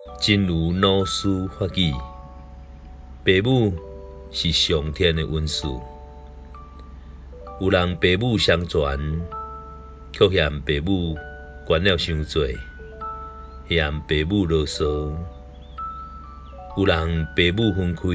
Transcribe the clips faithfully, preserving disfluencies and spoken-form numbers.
真如老师法语，父母是上天的恩赐。有人父母相传，却嫌父母管了伤济，嫌父母啰嗦。有人父母分开，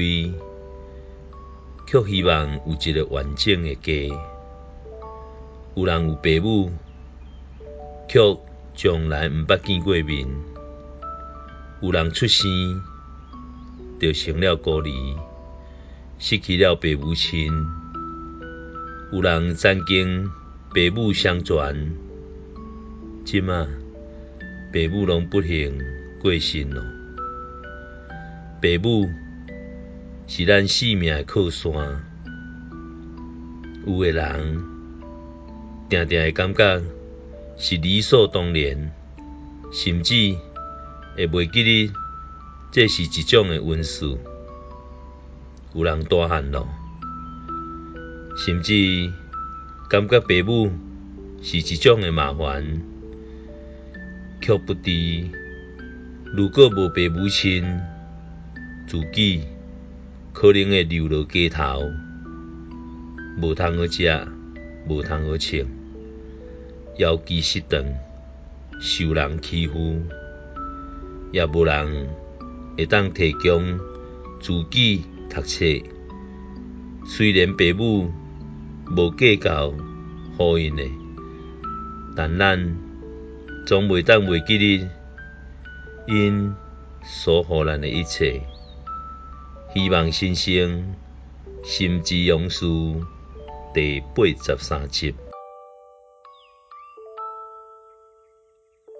却希望有一个完整的家。有人有父母，却从来毋捌见过面。有人出生就成了孤儿，失去了父母亲。有人曾经父母相传，即马父母拢不幸过身咯。父母是咱生命的靠山，有的人定定会感觉是理所当然，甚至会袂记得这是一种的恩赐。有人大汉咯，甚至感觉父母是一种的麻烦，却不知如果无父母亲，自己可能会流落街头，无通好食，无通好穿，腰肌失长，受人欺负，也无人会当提供自己读册。虽然父母无计较予因的，但咱总袂当袂记得因所予咱的一切。希望新生心之勇士第八十三集。